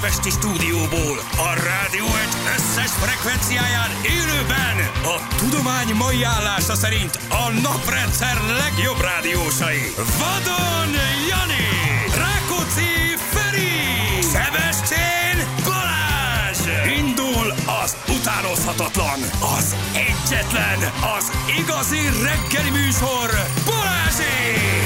budapesti stúdióból, a rádió egy összes frekvenciáján élőben a tudomány mai állása szerint a naprendszer legjobb rádiósai. Vadon Jani, Rákóczi Feri, Szebestén Balázs. Indul az utánozhatatlan, az egyetlen, az igazi reggeli műsor, Balázsék!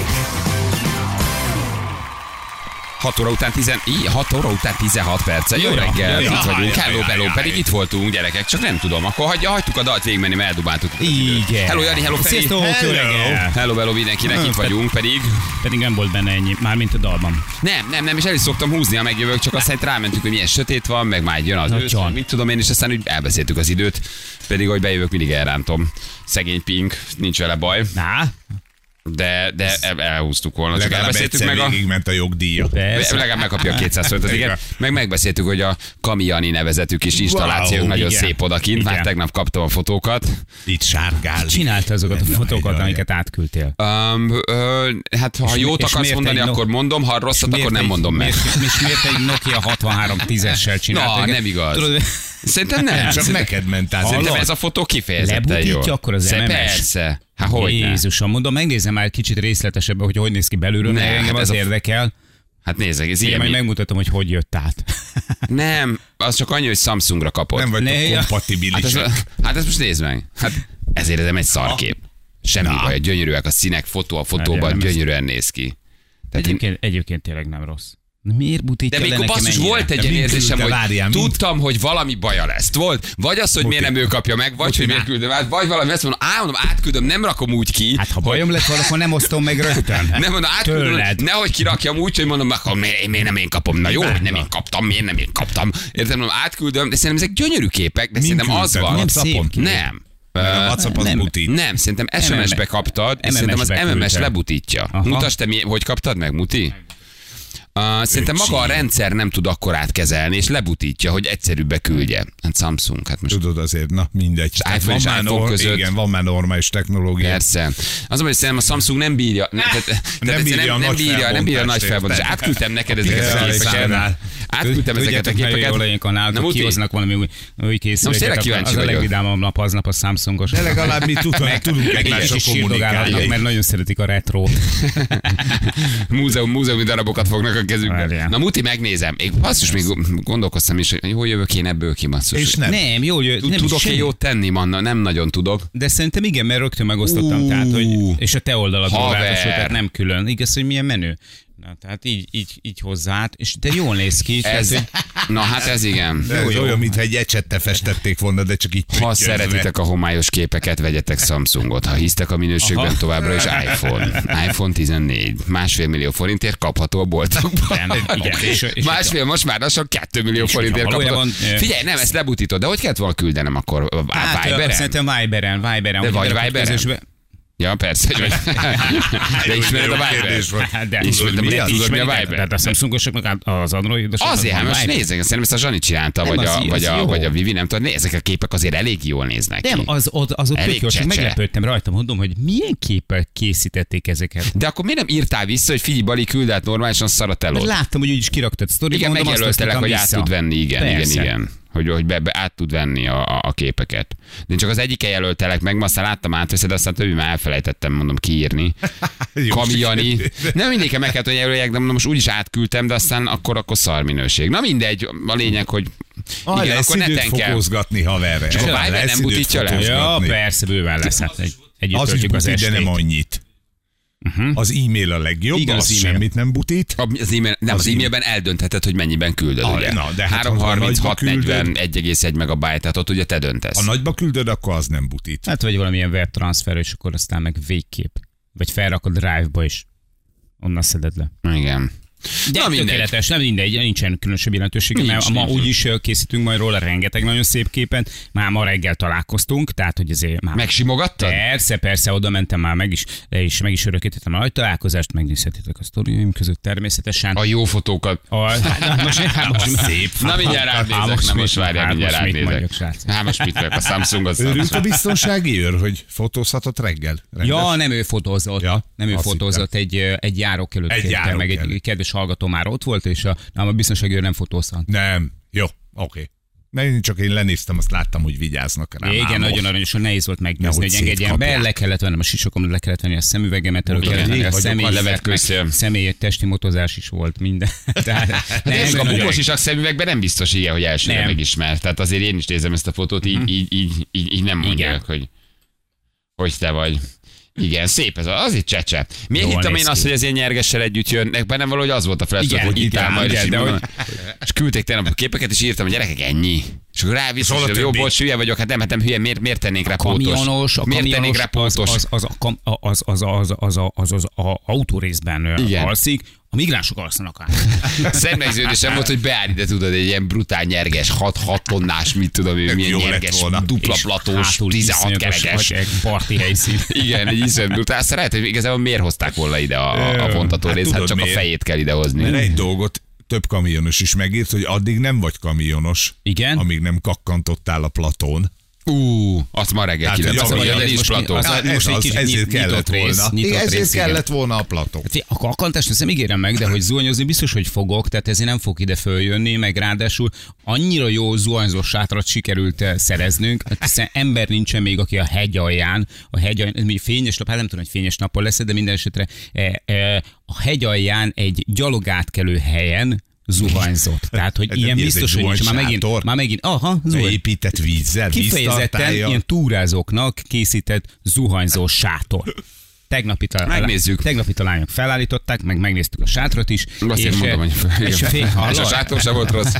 6 óra után 16 perce. Jó reggel, itt vagyunk. Hello, bello, pedig itt voltunk, gyerekek, csak nem tudom. Akkor hagytuk a dalt végigmenni, mert eldobáltuk. Igen. Hello, Jani, hello, Feri. Sziasztok, jó reggel. Hello, bello, mindenkinek, itt vagyunk, pedig nem volt benne ennyi, mármint a dalban. Nem, és el is szoktam húzni, ha megjövök, csak aztán rámentünk, hogy milyen sötét van, meg már jön az ősz, mit tudom én, és aztán úgy elbeszéltük az időt, pedig hogy bejövök, mindig elrántom. Szegény Pink, nincs vele baj. De elhúztuk volna, csak elbeszéltük meg a... ment a jogdíja. Legalább megkapja a 200 forintot, igen. Megbeszéltük, hogy a Kamiani nevezetű kis installációk nagyon igen. szép odakint. Már tegnap kaptam a fotókat. Itt sárgál. Csinálta azokat a fotókat, amiket átküldtél. Hát ha jót akarsz mondani, akkor mondom, ha rosszat, akkor nem mondom meg. És miért egy Nokia 6310-essel csinálta? Nem igaz. Szerintem nem. Csak neked ment át. Szerintem ez a fotó kifejezetten jó. Lebutítja akkor az MMS? Persze. Hát hogy Jézusom, mondom, megnézem már kicsit részletesebben, hogy néz ki belülről, mert engem az érdekel. Hát nézzek, ez ilyen. Majd megmutatom, hogy jött át. Nem, az csak annyi, hogy Samsungra kapott. Nem vagytok kompatibilisek. Hát ezt most nézd meg. Hát ezért ez nem egy szarkép. Semmi baj, gyönyörűek a színek, a fotóban gyönyörűen néz ki. Egyébként tényleg nem rossz. Miért butítja de le mikor nekem basszus ennyire? volt egy ilyen érzésem, hogy tudtam, hogy valami baja lesz. Volt, vagy az, hogy miért nem ő kapja meg, vagy hogy miért küldöm át, vagy valami azt mondom, átküldöm, nem rakom úgy ki. Hát ha bajom lett volna, akkor nem osztom meg rögtön. Nem mondom, átküldöm, nehogy kirakjam úgy, hogy mondom, miért nem én kapom. Na jó, hogy nem én kaptam, miért nem én kaptam. Értem, mondom, átküldöm, de szerintem ezek gyönyörű képek, de szerintem az van. Nem szép. Nem. A WhatsApp az butít. Nem, szerintem SMS-be kaptad, és szerintem az MMS lebutítja. Mutasd te, hogy kaptad meg, Muti? Szerintem maga a rendszer nem tud akkor átkezelni, és lebutítja, hogy egyszerűbbe küldje. Hát Samsung, hát most... Tudod azért, na mindegy. iPhone és iPhone között. Igen, van már normális technológia. Persze. Az, hogy szerintem a Samsung nem bírja. Nem bírja a nagy felbontást. Átküldtem neked ezeket a képeket. Átküldtem ezeket a képeket. Na, kihoznak valami új készüléket. Az a legvidámabb nap aznap a Samsungos. De legalább mi tudunk egymásra kommunikálni. Mert nagyon szeretik a retrót. Múzeumi darabokat fognak a kezükben. Na Muti, megnézem. Basszus, még gondolkoztam is, hogy hol jövök én ebből ki, basszus. És nem jól tudok-e jót tenni, Manna? Nem nagyon tudok. De szerintem igen, mert rögtön megosztottam, tehát, hogy, és a te oldaladról változol, tehát nem külön. Igaz, hogy milyen menő. Na, tehát így hozzá, és de jól néz ki. Na hát ez igen. De ez olyan, mintha egy ecsettel festették volna, de csak így ha szeretitek a homályos képeket, vegyetek Samsungot. Ha hisztek a minőségben, továbbra is iPhone 14. 1,5 millió forintért kapható a boltokban. Másfél, most már lassan 2 millió forintért kapható. Figyelj, nem, ezt lebutítod, de hogy kellett volna küldenem akkor? Viberen? Szerintem Viberen. De vagy Viberen? Ja, persze, hogy de ismered a Viber. Ismered mi a Viber. Tehát a Samsungosoknak az Androidosok. Azért, most nézzek, szerintem ezt a Zsani csinálta, vagy a Vivi, nem tudom, ezek a képek azért elég jól néznek ki. Nem, az ott tök jó, csak meglepődtem rajtam, mondom, hogy milyen képek készítették ezeket. De akkor miért nem írtál vissza, hogy figyelj, Bali, küld át normálisan Szaratelót? Láttam, hogy úgy is kiraktad sztoriban. Igen, megjelöltelek, hogy át tud venni, igen. Hogy át tud venni a képeket. De én csak az egyiken jelöltelek meg, aztán láttam, átveszed, aztán többi már elfelejtettem, mondom, kiírni. Kamiani. Nem mindig meg kellett, hogy jelöljek, de mondom, most úgyis átküldtem, de aztán akkor szar minőség. Na mindegy, a lényeg, hogy igen, akkor neten kell fotózgatni, haver. Csak a Viber nem butítja le? Ja, persze, bőven lesz. Hát az is butít, de nem annyit. Az e-mail a legjobb, igen, az semmit nem butít. Az e-mailben eldöntheted, hogy mennyiben küldöd, ugye? 336, 40, 1,1 megabyte, tehát ott ugye te döntesz. Ha nagyba küldöd, akkor az nem butít. Hát vagy valamilyen webtranszfer, és akkor aztán meg végkép. Vagy felrakod Drive-ba is. Onnan szeded le. Igen. De tökéletes, nem mindegy, nincsen különösebb jelentősége, mert ma úgyis készítünk majd róla rengeteg nagyon szép képet. Már ma reggel találkoztunk, tehát hogy azért már... Megsimogattad? Persze, oda mentem már, meg is örökítettem a nagy találkozást, megnézhetitek a sztoriaim között természetesen. A jó fotókat. Most szép. Na mindjárt átnézek, most várjál, mindjárt átnézek. Most mit vagyok, a Samsung az. Örült a biztonsági őr, hogy fotózhatott reggel? Ja, nem ő fotózott. Nem ő fotózott, egy járókelőt kértem, meg egy kedves kedves hallgató már ott volt, és a biztonsági nem fotózhat. Nem. Jó, oké. Én lenéztem, azt láttam, hogy vigyáznak rá. Igen, nagyon aranyos, hogy nehéz volt megnézni, hogy engedjen be, le kellett vennem a sisakom, le kellett venni a szemüvegemet, elő kellett venni a személy testi motozás is volt minden. Tehát, a bukós is a szemüvegben nem biztos, igen, hogy elsőre megismert. Tehát azért én is nézem ezt a fotót, így nem mondják, hogy te vagy. Igen, szép ez, az itt csecse. Miért hittem én azt, hogy az ilyen nyergessel együtt jönnek, bennem valahogy az volt a feladat, hogy itt áll majd, és küldték tegnap a képeket, és írtam, hogy gyerekek, ennyi. És akkor ráviszont, hogy jó, bocs, hülye vagyok, hát nem hülye, miért tennénk rá pótos? Miért tennénk rá pótos? Az autórészben alszik, a migránsok alszanak át. Szemmegződésem volt, hogy beáll ide, tudod, egy ilyen brutál nyerges, 6 tonnás, mit tudom én, milyen nyerges, dupla platós, 16 kerekes. Parti helyszín. Igen, egy iszonyat brutál. Azt lehet, hogy igazából miért hozták volna ide a vontató részt, hát csak a fejét kell idehozni. Mert egy dolgot több kamionos is megírt, hogy addig nem vagy kamionos, igen? Amíg nem kakkantottál a platón. Azt ma reggel de nincs plató. Ezért kellett volna. Ezért kellett volna a plató. A kakkantást nem ígérem meg, de hogy zuhanyozni biztos, hogy fogok, tehát ezért nem fog ide följönni, meg ráadásul annyira jó zuhanyzós sátrat sikerült szereznünk, hiszen ember nincsen még, aki a hegy alján, fényes nap, hát nem tudom, hogy fényes napon lesz, de minden esetre a hegy alján egy gyalogátkelő helyen zuhanyzott. Tehát, hogy ilyen biztos, hogy nincs. Már megint, épített vízzel, kifejezetten ilyen túrázóknak készített zuhanyzós sátor. Tegnapi lányok felállították, meg megnéztük a sátrat is. Azt én mondom, hogy és a sátor sem volt rossz.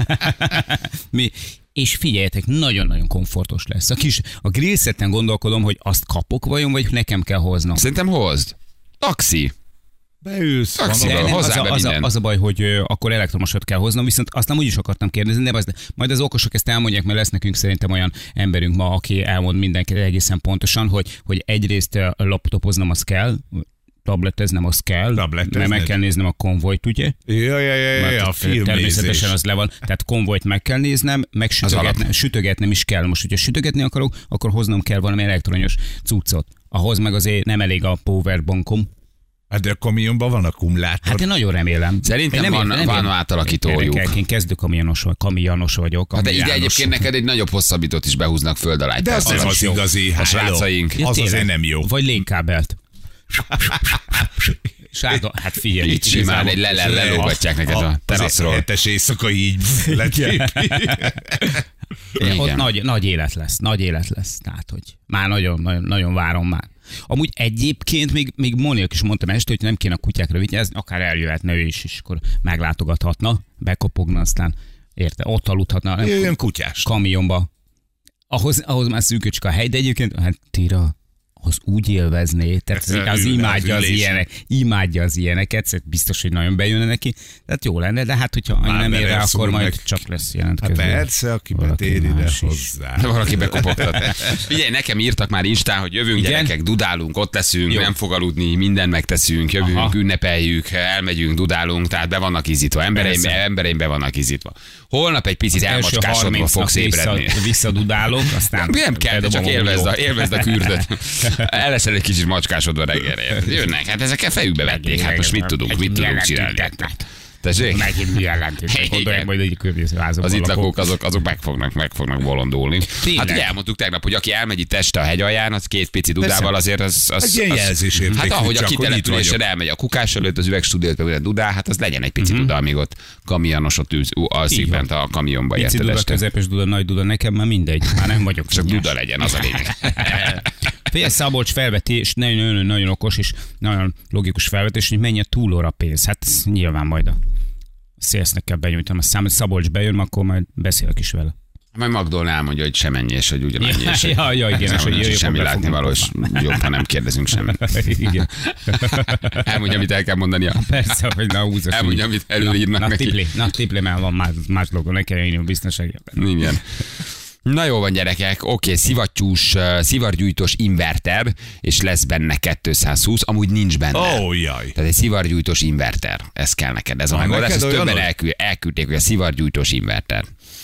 És figyeljetek, nagyon-nagyon komfortos lesz. A grillszetten gondolkodom, hogy azt kapok vajon, vagy nekem kell hoznom. Szerintem hozd. Taxi. Beülsz. Az a baj, hogy akkor elektromosat kell hoznom, viszont azt nem úgy is akartam kérdezni, de majd az okosok ezt elmondják, mert lesz nekünk szerintem olyan emberünk ma, aki elmond mindenkit egészen pontosan, hogy egyrészt laptopoznom az kell, tableteznem az kell, mert meg kell néznem a konvojt, ugye? Ja, a filmnézés. Természetesen az le van. Tehát konvojt meg kell néznem, meg sütögetnem is kell. Most, hogyha sütögetni akarok, akkor hoznom kell valami elektronyos cuccot. Ahhoz meg azért nem elég a powerbankom. Hát de a kamionban van akkumulátor. Hát én nagyon remélem. Szerintem van átalakítójuk. Én kezdő kamionos vagyok. Hát de ide egyébként neked egy nagyobb hosszabbítót is behúznak föld alá. De az nem az igazi. A srácaink. Az azért nem jó. Vagy légkábelt. Hát figyelj. Itt simán lelógatják neked a teraszról. Az 7-es éjszaka így letépi. Ott nagy élet lesz. Tehát, hogy már nagyon várom már. Amúgy egyébként még Móniak is mondtam este, hogy nem kéne a kutyákra vigyázni, akár eljöhetne ő is, és akkor meglátogathatna, bekopogna, aztán ott aludhatna. Jöjjön kutyás. Kamionba. Ahhoz már szűköcske a hely, de egyébként, hát Tira, az úgy élvezné, tehát az imádja az ilyeneket, biztos, hogy nagyon bejönne neki, tehát jó lenne, de hát hogyha nem ér rá, akkor majd csak lesz jelentkező. Hát persze, aki betér ide hozzá. Valaki bekopogtat. Figyelj, nekem írtak már Instán, hogy jövünk, gyerekek, dudálunk, ott leszünk, nem fog aludni, mindent megteszünk, jövünk, ünnepeljük, elmegyünk, dudálunk, tehát be vannak izítva, embereim be vannak izítva. Holnap egy picit elmacskásodva fogsz ébredni. Visszadudálok, aztán nem kell, csak élvezd a kürdöt. El leszel egy kicsit macskásodva reggelre. Jönnek, hát ezekkel fejükbe vették, hát most mit tudunk csinálni? Megint mi jelentős. Gondolják majd egy környezetvázokban. Az itt lakók azok meg fognak bolondulni. Hát ugye elmondtuk tegnap, hogy aki elmegy itt este a hegy alján, az két pici dudával azért az ilyen jelzésérték. Hát ahogy a kitelepülésen elmegy a kukás előtt, az üvegstúdiót meg dudál, hát az legyen egy pici duda, amíg ott kamionos ott alszik bent a kamionba. Pici duda, közepes duda, nagy duda, nekem már mindegy. Már nem vagyok. Csak duda legyen, az a lényeg. Figyelj, Szabolcs felvetés, nagyon okos és nagyon logikus felvetés, hogy menjen túlóra pénz. Hát nyilván majd a szélsznek kell benyújtanom a számot. Szabolcs bejön, akkor majd beszélek is vele. Majd Magdolna elmondja, hogy sem ennyi, és hogy ugyanannyi. Ja, igen. Hogy semmi látnivaló, és jobb, ha nem kérdezünk semmit. Igen. Elmondja, amit el kell mondania. Persze, hogy na húzos. Elmondja, amit előírnak neki. Tipli, mert van más dolgon, ne kell jönni a biztonságban. Igen. Na jó van, gyerekek, oké, szivargyújtós inverter, és lesz benne 220, amúgy nincs benne. Jaj. Tehát egy szivargyújtós inverter, ez kell neked, ez a megoldás. Ezt többen elküldték, hogy a szivargyújtós inverter.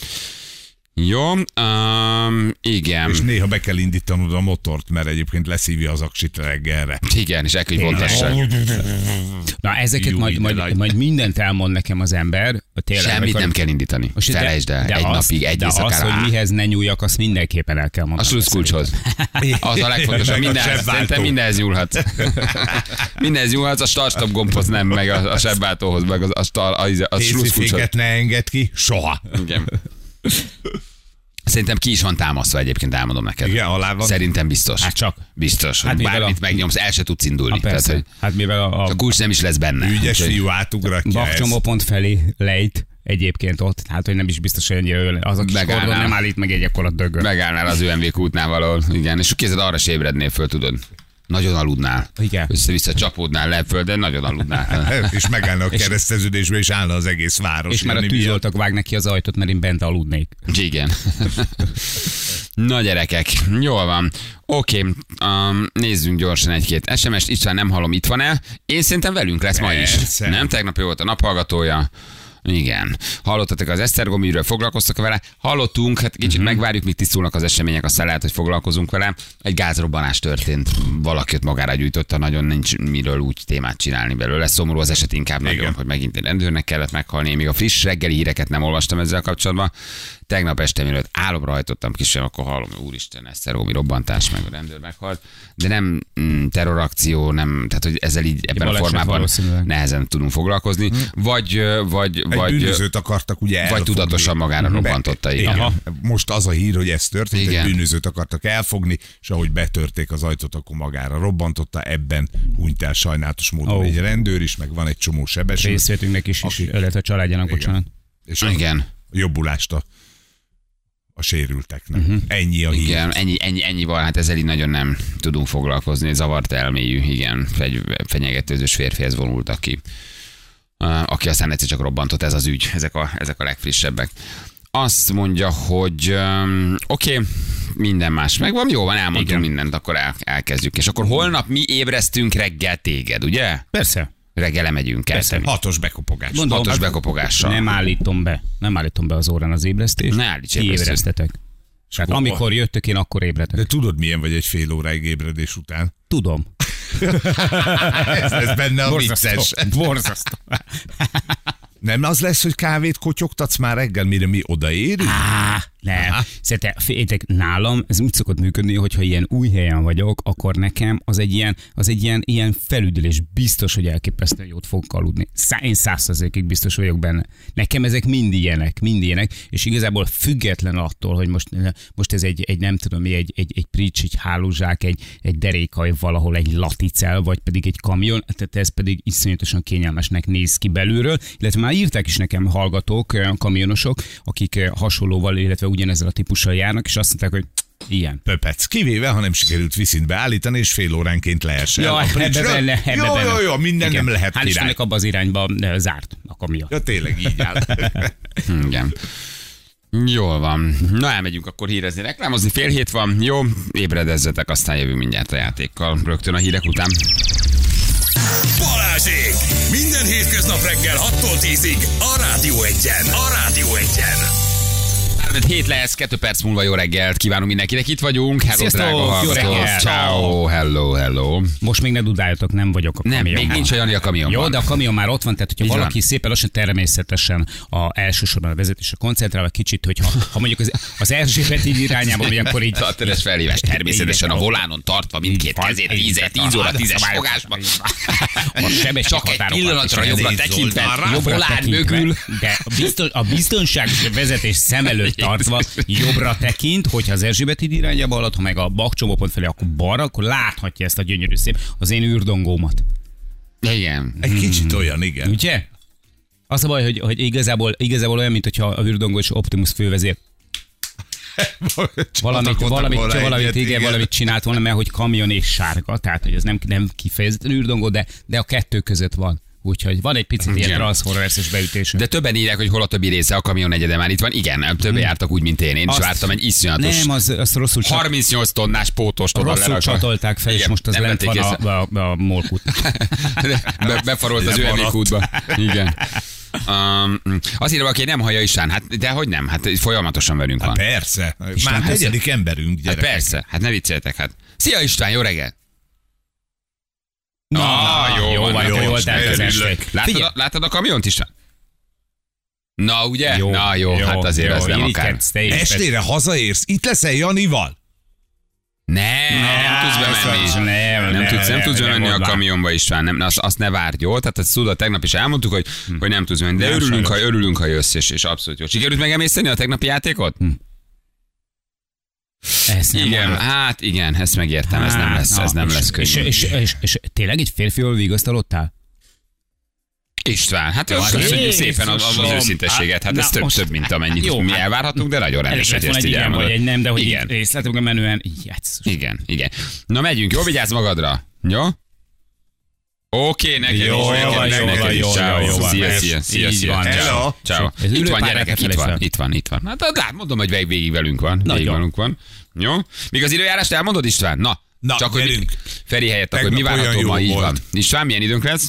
Jó, igen. És néha be kell indítanod a motort, mert egyébként leszívja az aksit reggelre. Igen, és elküld vontassák. Na ezeket majd mindent elmond nekem az ember. Tényleg, semmit nem kell indítani. Felejtsd el, egy napig, egy éjszakára. De az, hogy mihez ne nyúljak, azt mindenképpen el kell mondani. A sluszkulcshoz. Az a legfontosabb. Szerintem mindenhez nyúlhatsz. Mindenhez nyúlhatsz, a start-stop gombhoz nem, meg a sebváltóhoz, meg a sluszkulcshoz. Hétféket ne engedd ki, soha. Igen. Szerintem ki is van támasztva egyébként, elmondom neked. Igen, alá van. Szerintem biztos. Hát csak. Biztos, hogy bármit megnyomsz, el se tudsz indulni. Tehát, hogy hát mivel a kulcs nem is lesz benne. Ügyes fiú átugratja ezt. Bakcsomópont felé lejt egyébként ott, hát hogy nem is biztos, hogy az a kis kordon nem állít meg egy ekkora dögöt. Megállnál az ÖMV kútnál valahol, igen, és kézed arra se ébrednél föl, tudod. Nagyon aludnál. Igen. Össze-vissza csapódnál le föl, de nagyon aludnál. És megállna a kereszteződésbe, és állna az egész város. És már a tűzoltók vág neki az ajtót, mert én bent aludnék. Igen. Na gyerekek, jól van. Oké, nézzünk gyorsan egy-két SMS-t. István, nem hallom, itt van-e? Én szerintem velünk lesz ma is. Nem, tegnap jó volt a naphallgatója. Igen. Hallottatok az Esztergomügyről, foglalkoztak vele? Hallottunk, hát kicsit megvárjuk, míg tisztulnak az események, aztán lehet, hogy foglalkozunk vele. Egy gázrobbanás történt, valaki ott magára gyújtotta, nagyon nincs miről úgy témát csinálni belőle. Szomorú az eset inkább nagyon, hogy megint egy rendőrnek kellett meghalni. Még a friss reggeli híreket nem olvastam ezzel kapcsolatban. Tegnap este, mielőtt álomra hajtottam kisebb, akkor hallom, hogy úristen, Esztergomi robbantás, meg a rendőr meghalt. De nem terrorakció, nem, tehát hogy ezzel így ebben a formában nehezen tudunk foglalkozni. Vagy bűnözőt akartak ugye elfogni. Vagy tudatosan magára robbantotta. Igen. Most az a hír, hogy ez történt, egy bűnözőt akartak elfogni, és ahogy betörték az ajtót, akkor magára robbantotta, ebben hunyt el sajnálatos módon egy rendőr is, meg van egy csomó sebesül. Részvétünknek is, illetve a családjának, bocsánat. És igen. A jobbulást a sérülteknek. Ennyi a hír. Igen, ennyi van, hát ezzel így nagyon nem tudunk foglalkozni. Zavart elmélyű, igen, fenyegetőzős férfihez vonultak ki. Aki aztán egyszer csak robbantott, ez az ügy, ezek a legfrissebbek. Azt mondja, hogy oké, minden más megvan, jó van, elmondtunk mindent, akkor elkezdjük. És akkor holnap mi ébresztünk reggel téged, ugye? Persze. Reggel lemegyünk el. 6-os bekopogás. 6-os bekopogással. Nem állítom be az órán az ébresztést. Ne állíts ébresztetek. Tehát amikor jöttök, én akkor ébredek. De tudod, milyen vagy egy fél óráig ébredés után? Tudom. ez benne a vicces. Borzasztó. Nem az lesz, hogy kávét kotyogtatsz már reggel, mire mi odaérünk? Nem. Szerintem nálam ez úgy szokott működni, hogyha ilyen új helyen vagyok, akkor nekem az egy ilyen felüdülés. Biztos, hogy elképesztően jót fogok aludni. Én 100%-ig biztos vagyok benne. Nekem ezek mind ilyenek, és igazából független attól, hogy most ez egy nem tudom, egy prics, egy hálózsák, egy derékhaj valahol, egy laticel, vagy pedig egy kamion, tehát ez pedig iszonyatosan kényelmesnek néz ki belülről, illetve már írták is nekem hallgatók, kamionosok, akik hasonlóval, illetve ugyanezzel a típussal járnak, és azt mondták, hogy ilyen. Pöpec. Kivéve, ha nem sikerült viszintbe állítani, és fél óránként leesel. Jó, minden igen. Nem lehet király. Hál' Istennek abba az irányba zárt a kamion. Ja, tényleg így áll. Igen. Jól van. Na, elmegyünk akkor hírezni, reklámozni. 6:30 van. Jó, ébredezzetek, aztán jövünk mindjárt a játékkal. Rögtön a hírek után. Balázsék! Minden hétköznap reggel 6-tól 10-ig a Rádió 1-en. A Rádió 1-en. 7 lesz, 2 perc múlva jó reggelt kívánunk mindenkinek, itt vagyunk. Hello, sziasztok, drága hallgatók. Ciao, hello. Most még ne dudáljatok, nem vagyok a kamionban. Nem, még nincs a Jani a kamionban. Jó, de a kamion már ott van, tehát hogyha valaki szépen lassan természetesen elsősorban a vezetésre koncentrál, kicsit, hogyha mondjuk az Erzsébet így irányában, hogy akkor így... Tartás felhívás, természetesen a volánon tartva mindkét kezét 10 óra 10-es fogásban. Csak egy pillanatra jobbra tekintve, volán mögül. De a biztonságos vezetés szem előtt tartva jobbra tekint, hogyha az Erzsébet híd irányába halad, ha meg a Bakcsomópont felé, akkor balra, akkor láthatja ezt a gyönyörű szép, az én űrdongómat. Igen. Egy kicsit olyan, igen. Ugye? Az a baj, hogy igazából olyan, mint hogyha a űrdongó és Optimus fővezér valamit csinált volna, mert hogy kamion és sárga, tehát hogy ez nem kifejezetten űrdongó, de a kettő között van. Úgyhogy van egy picit ilyen transzhorroreszes beütése. De többen írják, hogy hol a többi része a kamion negyede már itt van. Igen, többen jártak úgy, mint én. Én is vártam egy iszonyatos. Nem, az rosszul 38 tonnás pótost oda rosszul csatolták fel, és most az lent van a molkút. Befarolt az ÖMV-kútba. Igen. Azt írva, aki nem hallja István, hát de hogy nem, hát folyamatosan velünk van. Hát persze, már negyedik emberünk, gyerekek. Hát persze, hát ne vicceljetek, hát. Szia István, jó reggel! Jó van. voltál az esték. Látod a kamiont is? Na, ugye? Jó, hát azért ez nem akár. Estére hazaérsz, itt leszel Janival? Nem tudsz bemenni. Nem tudsz bemenni a kamionba, István. Nem, azt ne várd, jó? Tehát ezt tudod, tegnap is elmondtuk, hogy nem tudsz menni. De örülünk, ha jössz, és abszolút jó. Sikerült megemészteni a tegnapi játékot? Igen, hát igen, ezt megértem, ez nem lesz könnyű. És tényleg egy férfival vigasztalodtál? István, hát köszönjük szépen az őszintességet, hát ez több, mint amennyit mi elvárhatunk, de nagyon rendes, hogy ezt így elmondod. Vagy egy nem, de hogy részletekben menően, Igen. Na megyünk, jó, vigyázz magadra, jó? Oké, neked is. Szia. Ciao. Itt van, gyerekek, itt van. Hát mondom, hogy végig velünk van. Jó? Még az időjárást elmondod, István? Na csak hogy Feri helyett, akkor mi várható ma, így van. István, milyen időnk lesz?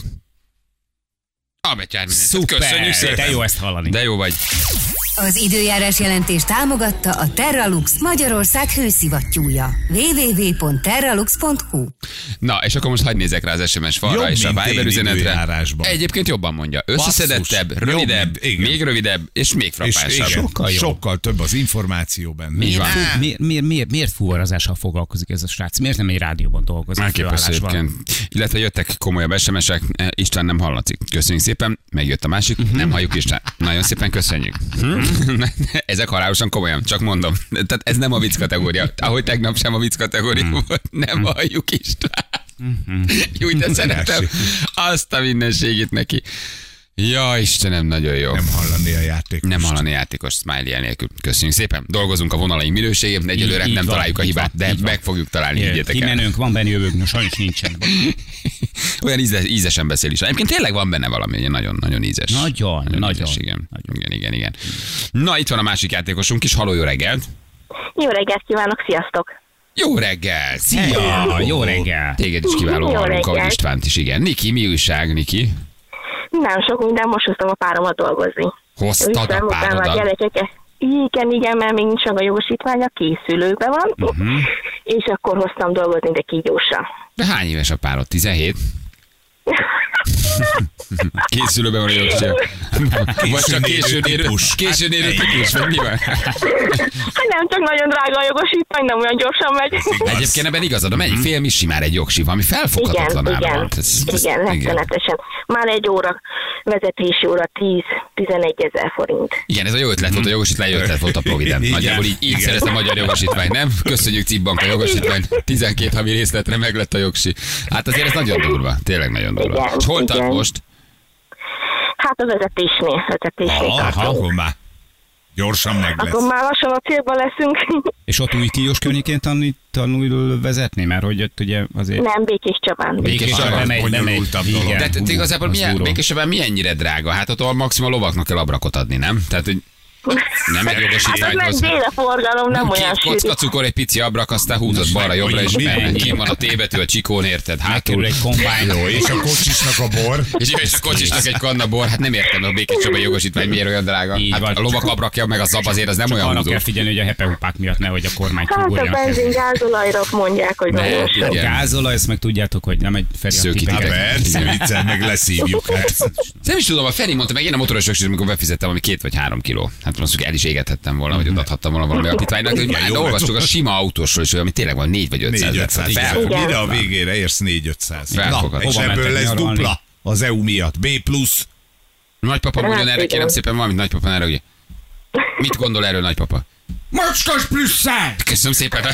Szuper, köszönjük szépen. De jó ezt hallani. De jó vagy. Az időjárás jelentést támogatta a Terralux Magyarország hőszivattyúja. www.terralux.hu. Na, és akkor most hadd nézek rá az SMS falra és a Viber üzenetre. Egyébként jobban mondja. Összeszedettebb, rövidebb, még rövidebb, és még frappánsabb. Sokkal több az információ benne. Miért fuvarozással foglalkozik ez a srác? Miért nem egy rádióban dolgozik? Illetve jöttek komolyabb SMS-ek, István nem hallatszik. Köszönjük szépen, megjött a másik, nem halljuk István. Nagyon szépen köszönjük. Ezek halálosan komolyan, csak mondom. Tehát ez nem a vicc kategória. Ahogy tegnap sem a vicc kategória volt. Nem halljuk István. Jó, de szeretem azt a mindenségét neki. Ja, Istenem, nagyon jó. Nem hallani a játékos smiley nélkül. Köszönjük szépen. Dolgozunk a vonalaink minőségében, egyelőre nem találjuk a hibát, de meg fogjuk találni, higgyétek el. Kimenőnk, van benne jövők, sajnos nincsen. Olyan ízesen beszél is. Egyébként tényleg van benne valami, nagyon ízes. Nagyon. Igen. Na, itt van a másik játékosunk is. Halló, jó reggelt. Jó reggelt kívánok, sziasztok. Jó reggel! Szia! Jó reggel! Téged is kiváló hallunk, ahogy Istvánt is, igen. Niki, mi újság, Niki? Nem sok minden, most hoztam a páromat dolgozni. Hoztad a párodat? Igen, mert még nincs meg a jogosítványa, készülőben van, és akkor hoztam dolgozni, de kígyósan. De hány éves a párod? 17? Készülőben van a jogosítvány. Vagy csak későn érő típus, vagy mi van? Nem, csak nagyon drága a jogosítvány, nem olyan gyorsan megy. Egyébként ebben igazad, a mennyi fél missi már egy jogsi, valami felfoghatatlan ára van. Igen, rettenetesen. Már egy óra, vezetési óra 10-11 ezer forint. Igen, ez a jó ötlet volt, a jogosítvány jó ötlet volt a Provident. Nagyjából így szerez a magyar jogosítvány, nem? Köszönjük Cibbank a jogosítvány. 12 havi részletre meglett a jogsi. Hát azért ez nagyon durva, tényleg nagyon durva. Igen, és hol tart most? Hát a vezetésnél. Akkor már gyorsan meg lesz. Akkor már lassan a célban leszünk. És ott új Kíjós környékén tanul vezetni? Mert hogy ott ugye azért... Nem, Békés Csabán. Bonyolultabb dolog. De igazából Békés Csabán mi ennyire drága? Hát ott maximum a lovaknak kell abrakot adni, nem? Tehát, hogy nem egy jogosítványhoz. Hát a forgalom nem olyan sűrű. 2 kocka cukor, egy pici abrak, aztán húzod balra-jobbra, és kim van a T-betű a csikón, érted? Hátul egy kombány. És a kocsisnak a bor. És a kocsisnak egy kanna bor. Hát nem értem, a Békés Csabai jogosítvány miért olyan drága. Hát a lovak abrakja, meg a zab azért az nem olyan húzó. Arra kell figyelni, hogy a hepehupák miatt nehogy a kormány kugorja. Hát a benzin gázolajra mondják, hogy nagyon sok. Gázolaj, ezt meg tudjátok, hogy nem egy Feri viccel, meg leszívjuk. Nem is tudom, a Feri mondta, meg én a motoros jogsit, amikor befizettem, ami 2 vagy 3 kiló. Hát mondjuk el is égethettem volna, hogy odaadhattam volna valami alapítványnak, hogy már olvastuk a sima autósról is, ami tényleg van 4 vagy 500. Mire a végére érsz 4-500. És ebből lesz dupla az EU miatt. B+. Nagypapa mondjon erre, kérem szépen valamit, nagypapa erre, ugye. Mit gondol erről nagypapa? Macskás plusszál! Köszönöm szépen.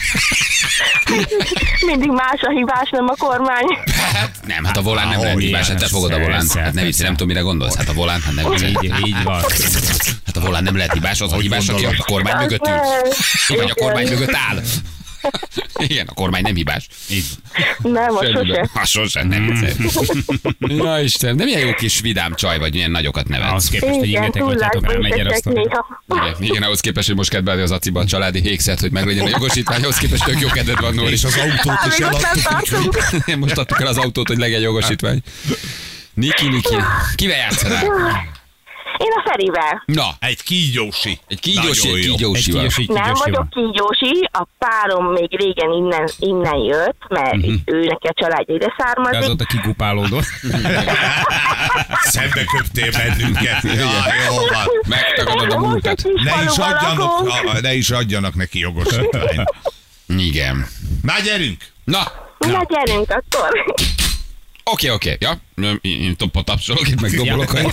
Mindig más a hibás, nem a kormány. Nem, hát a volán nem lehet hibás, hát te fogod a volánt. Hát ne vicc, nem tudom, mire gondolsz. Hát a volán, hát nem vicc. Így van. Hát a volán nem lehet hibás, az a hibás, aki a kormány mögött ül. Vagy a kormány mögött áll. Igen, a kormány nem hibás. Nem, a sose. A sose, nem viccelj. Ja, Isten, de milyen jó kis vidám csaj vagy, milyen nagyokat nevet. Ahhoz képest, hogy ingetek, vagyjátok rá, megy igen, ahhoz képest, hogy most kedvelni az Aciba a családi hékszet, hogy meglegyen a jogosítvány, ahhoz képest tök jó kedved van, Nóri. És az autót is eladtuk. Most adtuk el az autót, hogy legyen jogosítvány. Niki, kivel játszanál? Én a Ferivel. Na, Egy kígyósi. egy kígyósival. Nem vagyok kígyósi, a párom még régen innen jött, mert ő neki a család ide származik. Azóta kikupálódott. Szembe köptél bennünket. Jó van. Megtagadod a múltat. Ne is adjanak neki jogosítványt. Igen. Na, gyerünk! Na, Na gyerünk akkor. Oké. Ja, én tapsolok, itt meg dobolok, hogy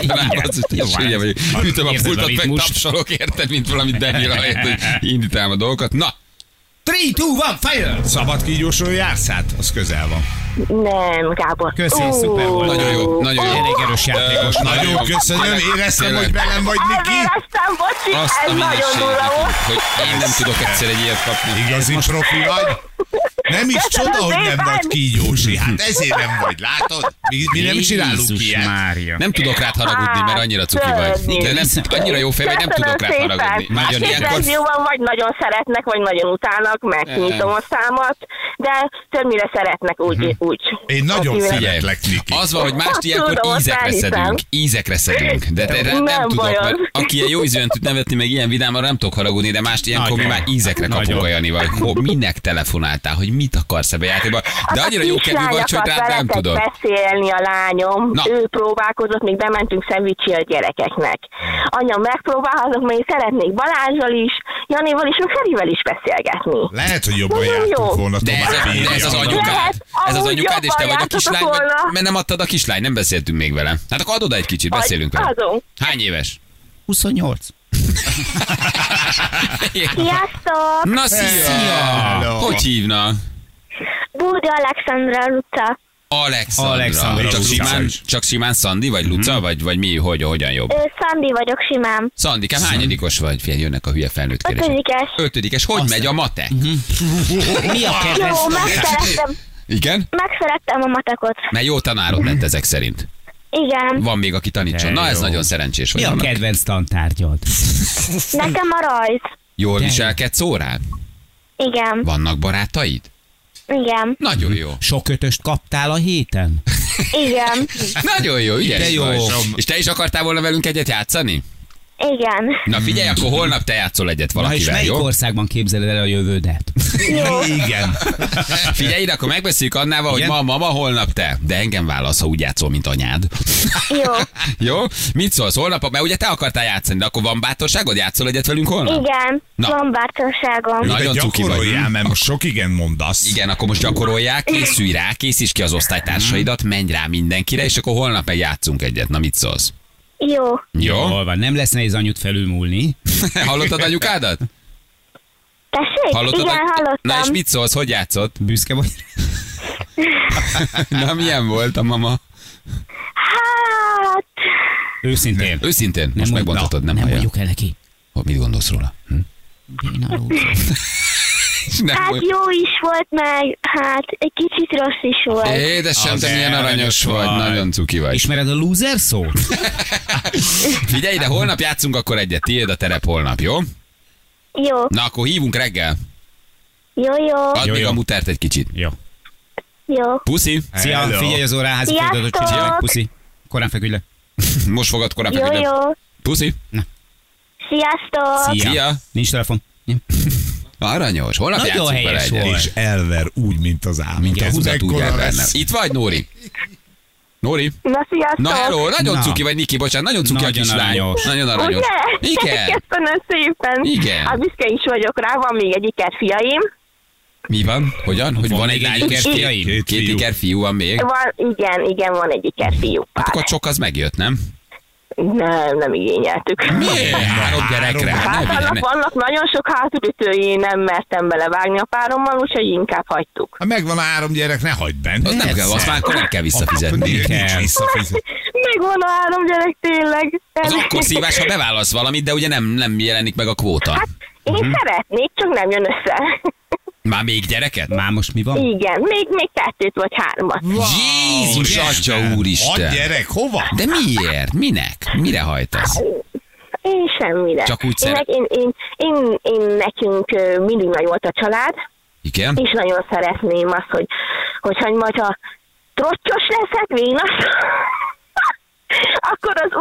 ütöm a pultot, meg tapsolok, érted, mint valami Daniel, hogy indítálom a dolgokat. Na, 3, 2, 1, fire! Szabad kígyósról jársz át? Az közel van. Nem, Gábor. Köszi, szuper volt. nagyon jó. Elég erős játékos. Nagyon köszönöm, éreztem, hogy velem vagy, Niki. Elvéreztem, bocsi, Azt a ez nagyon minőséget, durva volt. hogy én nem tudok egyszer egy ilyet kapni. Igazi profi vagy. Nem is Köszönöm csoda, hogy nem szépen. vagy kígyósi. Hát ezért nem vagy, látod? Mi nem csinálunk Jézus ilyet. Mária. Nem tudok rád haragudni, mert annyira cuki vagy. De nem, annyira jó fej vagy, nem tudok rád haragudni. Nagyon Ilyenkor jóban vagy nagyon szeretnek, vagy nagyon utálnak, megnyitom a számat, de többnyire szeretnek úgy. Én nagyon Akivel- szeretlek, Niki. az van, hogy mást ilyenkor tudom, azt ízekre szedünk. De nem Nem tudok, baj az. mert aki ilyen jó ízűen tud nevetni, meg ilyen vidámon nem tudok haragudni, de mást ilyenkor mi már ízekre kapunk Nagyon. olyanival, hogy minek telefonáltál, hogy mit akarsz ebbe játékba. De annyira jó kedvű vagy, hogy rád nem tudod. beszélni a lányom, Na. ő próbálkozott, még bementünk szendvicsi a gyerekeknek. Anyám megpróbálhatok, még szeretnék Balázsral is, Janival is, meg Ferivel is beszélgetni. Lehet, hogy jobban Nagyon jártunk jó. volna De tovább. ez az anyukád. Lehet, Ez az amúgy anyukád, és te jobban vagy a kislány, játszotok volna. mert nem adtad a kislány, nem beszéltünk még vele. Hát akkor adod egy kicsit, beszélünk vele. Azon. Hány éves? 28. Sziasztok! Na szia! Hello. Hogy hívnak? Búdi Alexandra Luca. Alexandra Csak Luca. csak simán Szandi, vagy Luca, vagy mi, hogyan jobb? Szandi vagyok simán. Szandikám, hányadikos vagy? Figyelj, jönnek a hülye felnőtt kérdések. 5-es. Ötödikes. Hogy megy a matek? Mi a kedvenc? Jó, Igen? megszerettem a matekot. Mert jó tanárod lett ezek szerint. Igen. Van még, aki tanítson. Na, ez jó. nagyon szerencsés vagy. Mi a annak. kedvenc tantárgyad? Nekem a rajz. Jól viselkedsz órán? Igen. Vannak barátaid? Igen. Nagyon jó. Sok ötöst kaptál a héten? Igen. Nagyon jó, ügyes De jó. vagy. És te is akartál volna velünk egyet játszani? Igen. Na figyelj, akkor holnap te játszol egyet Na és valakivel, melyik jó? országban képzeled el a jövődet? Igen. Figyelj ide, akkor megbeszéljük Annával, hogy Igen? ma mama, holnap te. De engem válasz, ha úgy játszol, mint anyád. Jó. Jó? Mit szólsz holnap? Mert ugye te akartál játszani, de akkor van bátorságod? Játszol egyet velünk holnap? Igen. Na. Van bátorságom. Na. Nagyon cuki vagy. Gyakoroljál, mert most sok igen mondasz. Igen, akkor most gyakorolják, készülj rá, készíts ki az osztálytársaidat, menj rá mindenkire, és akkor holnap meg játszunk egyet. Na mit szólsz? Jó. Jó? Jól van, nem lesz nehéz anyut felülmúlni. Hallottad anyukádat? Tessék? Igen, hallottam. Na és mit szólsz, hogy játszott? Büszke vagy? Na milyen volt a mama? Hát... Őszintén. Őszintén, most megmondhatod, nem nem hallja. mondjuk el neki. Hogy mit gondolsz róla? Én aludtam. Nem Hát volt. jó is volt, meg hát egy kicsit rossz is volt. Édesem, te Az milyen aranyos vagy, vagy. nagyon cuki vagy. Ismered a loser szót? Figyelj ide, holnap játszunk akkor egyet, tiéd a terep holnap, jó? Jó. Na akkor hívunk reggel. Jó. Add Jó, még jó. a mutert egy kicsit. Jó. Jó. Puszi. Szia, Hello. figyelj az órán, házi Sziasztok. feladatot csinálj. Puszi. Korán feküdj le. Most fogad korán Jó. feküdni. Puszi. Sziasztok. Szia. Nincs telefon. Aranyos. Holnap Nagyon játszunk vele helyes egyet. volt. És elver úgy, mint az álom. Mint a Ez húzat úgy mekkora elverne. lesz. Itt vagy, Nóri? Nóri? Na, sziasztok. Na hello, nagyon Na. cuki vagy, Niki, bocsánat, nagyon cuki a Nagyon kislány. aranyos. Nagyon aranyos. Ugye? Igen. Köszönöm szépen. Igen. Hát büszke is vagyok rá, van még egy ikerfiaim. Mi van? Hogyan? Hogy van egy még egy lányunk és ikerfiaim? két fiú. ikerfiú van még? Igen, van egy ikerfiú Hát pár. akkor csak az megjött, nem? Nem igényeltük. Miért? Három gyerekre? Hát Ne vigye, annak ne. vannak nagyon sok hátulütői, nem mertem belevágni a párommal, úgyhogy inkább hagytuk. Ha megvan a 3 gyerek, ne hagyd bent. Az nem kell, azt már akkor nem kell visszafizetni. Nincs kell. visszafizet. Megvan a 3 gyerek, tényleg. Az akkor szívás, ha bevállalsz valamit, de ugye nem jelenik meg a kvóta. Hát én szeretnék, csak nem jön össze. Már még gyereket? Már most mi van? Igen, még 2 vagy 3-at. Jézus, atya úristen! 6 gyerek, hova? De miért? Minek? Mire hajtasz? Én semmire. Csak úgy én nekünk mindig nagy volt a család, Igen? és nagyon szeretném azt, hogyha majd ha trottyos leszek, vénasz, akkor az unokáim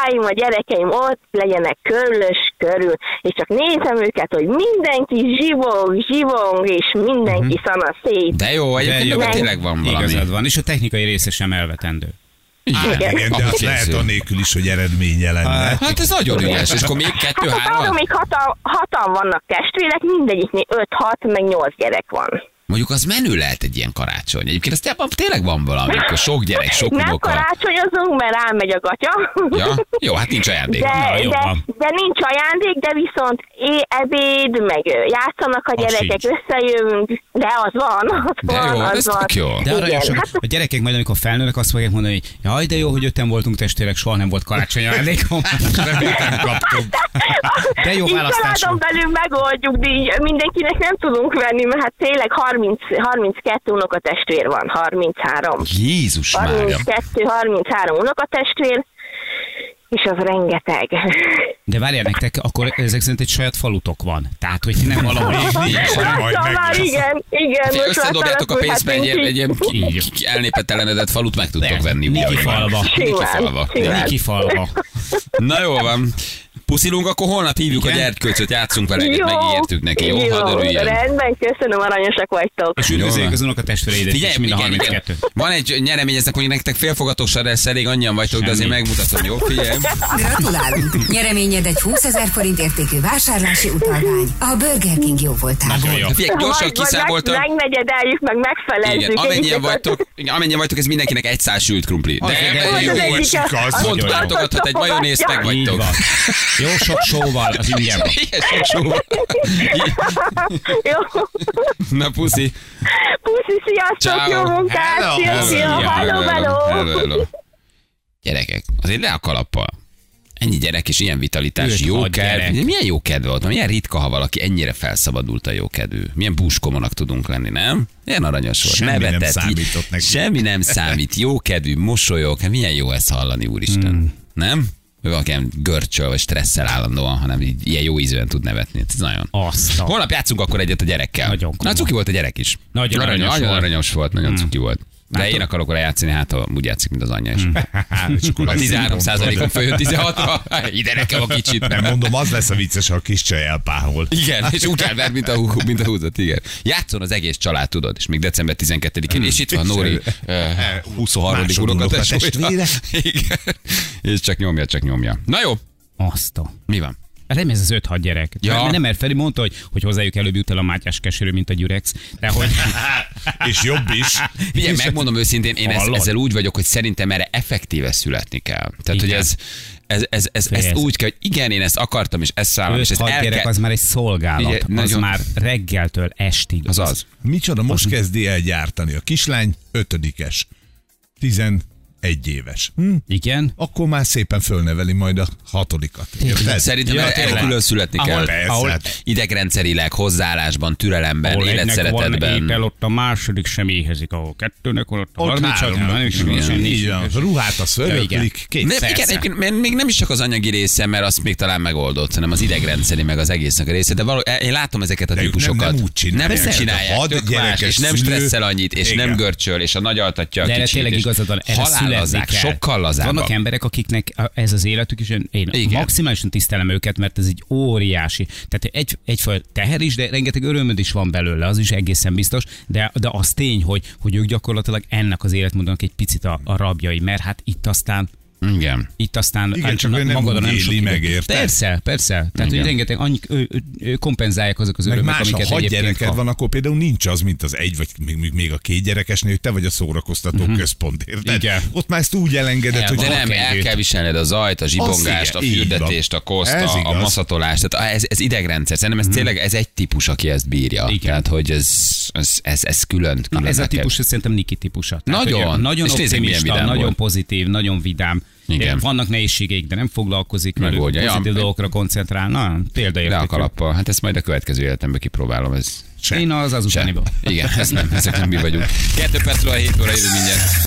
unokáim, a gyerekeim ott legyenek körül, és csak nézem őket, hogy mindenki zsivong, és mindenki szana szét. De jó, egyébként tényleg van valami. Igazad van, és a technikai része sem elvetendő. Igen, de az lehet anélkül is, hogy eredménye lenne. Hát ez nagyon ügyes, és akkor még 2-3? Hát még hatan vannak testvérek, mindegyiknél 5-6, meg 8 gyerek van. Mondjuk az menő lehet egy ilyen karácsony. Egyébként ez tényleg van valami, akkor sok gyerek, sok unoka. Nem karácsonyozunk, mert rámegy a gatya. Ja? Jó, hát nincs ajándék. De nincs ajándék, de viszont ebéd, meg játszanak a gyerekek, összejövünk, de az van. De jó, ez tök jó. De arra a gyerekek majd, amikor felnőnek, azt fogják mondani, hogy jaj, de jó, hogy 5-en voltunk testvérek, soha nem volt karácsony ajándékom. Nem kaptunk. De jó választás. Családon belül megoldjuk, de mindenkinek nem tudunk venni, mert hát tényleg 32 unokatestvér van, 33. Jézus Mária. 33 unokatestvér, és az rengeteg. De várjál, nektek akkor ezek szerint egy saját falutok van. Tehát, hogy nem valahol igen. Összedobjátok a pénzbe egy ilyen elnépettelenedett falut meg tudtok venni. Niki falva. Na jó van. Puszilunk, akkor holnap hívjuk a gyerkőcöt, játszunk vele, megígértük neki, jó? Hadd örüljön. Rendben, köszönöm, aranyosak vagytok. És üdvözöljük az unokatestvéreidet is, mind a 32. Van egy nyereményeznek, hogy nektek félfogatosan lesz elég, annyian vagytok, de azért megmutatom, jó? Figyelj. Gratulálunk! Nyereményed egy 20 000 forint értékű vásárlási utalvány a Burger King jóvoltából. Figyelj, gyorsan kiszámoltam. Megnegyedeljük, meg megfelezzük. Igen, amennyien vagytok, ez mindenkinek egy szál sült krumpli. De jó esik az. Mondd, látogathat egy majonézt, meg vagytok. Jó, sok sóval, az ingyen van. Igen, sok sóval. Jó. Na, puszi. Puszi, sziasztok, jó munkát. Hello. Gyerekek, azért le a kalappal. Ennyi gyerek és ilyen vitalitás, jó kedv. Milyen jó kedv volt, milyen ritka, ha valaki ennyire felszabadult a jó kedvű. Milyen búskomonak tudunk lenni, nem? Ilyen aranyos volt. Semmi nem számított neki. Semmi nem számít. Jó kedvű, mosolyog. Hát milyen jó ezt hallani, úristen. Nem? Ő valaki nem görcsöl vagy stresszel állandóan, hanem így ilyen jó ízűen tud nevetni. Ez nagyon. Holnap játszunk akkor egyet a gyerekkel. Nagyon na, cuki volt a gyerek is. Nagyon aranyos volt, nagyon cuki volt. De én akarok vele játszani, hát úgy játszik, mint az anyja is. A 13%-on följön 16-ra. Ide nekem a kicsit. Nem mondom, az lesz a vicces, ha a kis csaj elpáhol. Igen, és úgy elver, mint a húzat, igen. Játszon az egész család, tudod, és még december 12-én, és itt van Nóri 23. unokatestvére. Igen. És csak nyomja. Na jó. Mi van? Remélem ez az 5-6 gyerek. Ja. Nem, mert Feri mondta, hogy hozzájuk előbb jut el a Mátyás keserű, mint a Gyürex. De hogy... és jobb is. Ugye, megmondom őszintén, én ezzel úgy vagyok, hogy szerintem erre effektíve születni kell. Tehát, igen. Hogy ez úgy kell, hogy igen, én ezt akartam, és ezt szállom, és ez el gyerek, az már egy szolgálat. Ugye, az nagyon... már reggeltől estig. Az. Micsoda, most kezdi el gyártani a kislány, 5-es. 11 éves. Igen. Akkor már szépen fölneveli majd a 6-at. Szerintem erre külön születni kell. Ahol idegrendszerileg, hozzáállásban, türelemben, ahol életszeretetben. Ahol van étel, ott a második sem éhezik, ahol 2-nek van, ott a 3-nak. Ruhát a szöröklik. Igen, még nem is csak az anyagi része, mert azt még talán megoldott, hanem az idegrendszeri, meg az egésznek a része. De én látom ezeket a típusokat. Nem úgy csinálják. Tök más, és nem stresszel annyit, és nem görcsöl, és a nagy altatja a kicsit. De tényleg igazad van, sokkal lazábbak. Vannak emberek, akiknek ez az életük, és én maximálisan tisztelem őket, mert ez egy óriási. Tehát egyfajta teher is, de rengeteg örömöd is van belőle, az is egészen biztos, de az tény, hogy ők gyakorlatilag ennek az életmódnak egy picit a rabjai, mert hát itt aztán igen, csak ő nem éli meg, érted? Persze. Tehát, hogy rengeteg kompenzálják azok az örömök, amiket egyébként. Ha 6 gyereked van, akkor például nincs az, mint az 1 vagy még a 2 gyerekesnél, te vagy a szórakoztató központ, érted? Igen. Ott már ezt úgy elengedett, hogy... De nem, el kell viselned a zajt, a zsibongást, a fürdetést, a koszt, a maszatolást. Tehát ez idegrendszer. Szerintem ez tényleg ez egy típus, aki ezt bírja. Tehát, hogy ez külön. Ez a típus, szerintem Niki típusa. Nagyon optimista, nagyon pozitív, nagyon vidám. Igen. Vannak nehézségeik, de nem foglalkozik velük, pozitív dolgokra koncentrál. Na, példaértékű. Le a kalappal. Hát ezt majd a következő életemben kipróbálom. Én az utániból. Igen, ezek nem mi vagyunk. 2 percről a 7 óra jövő mindjárt.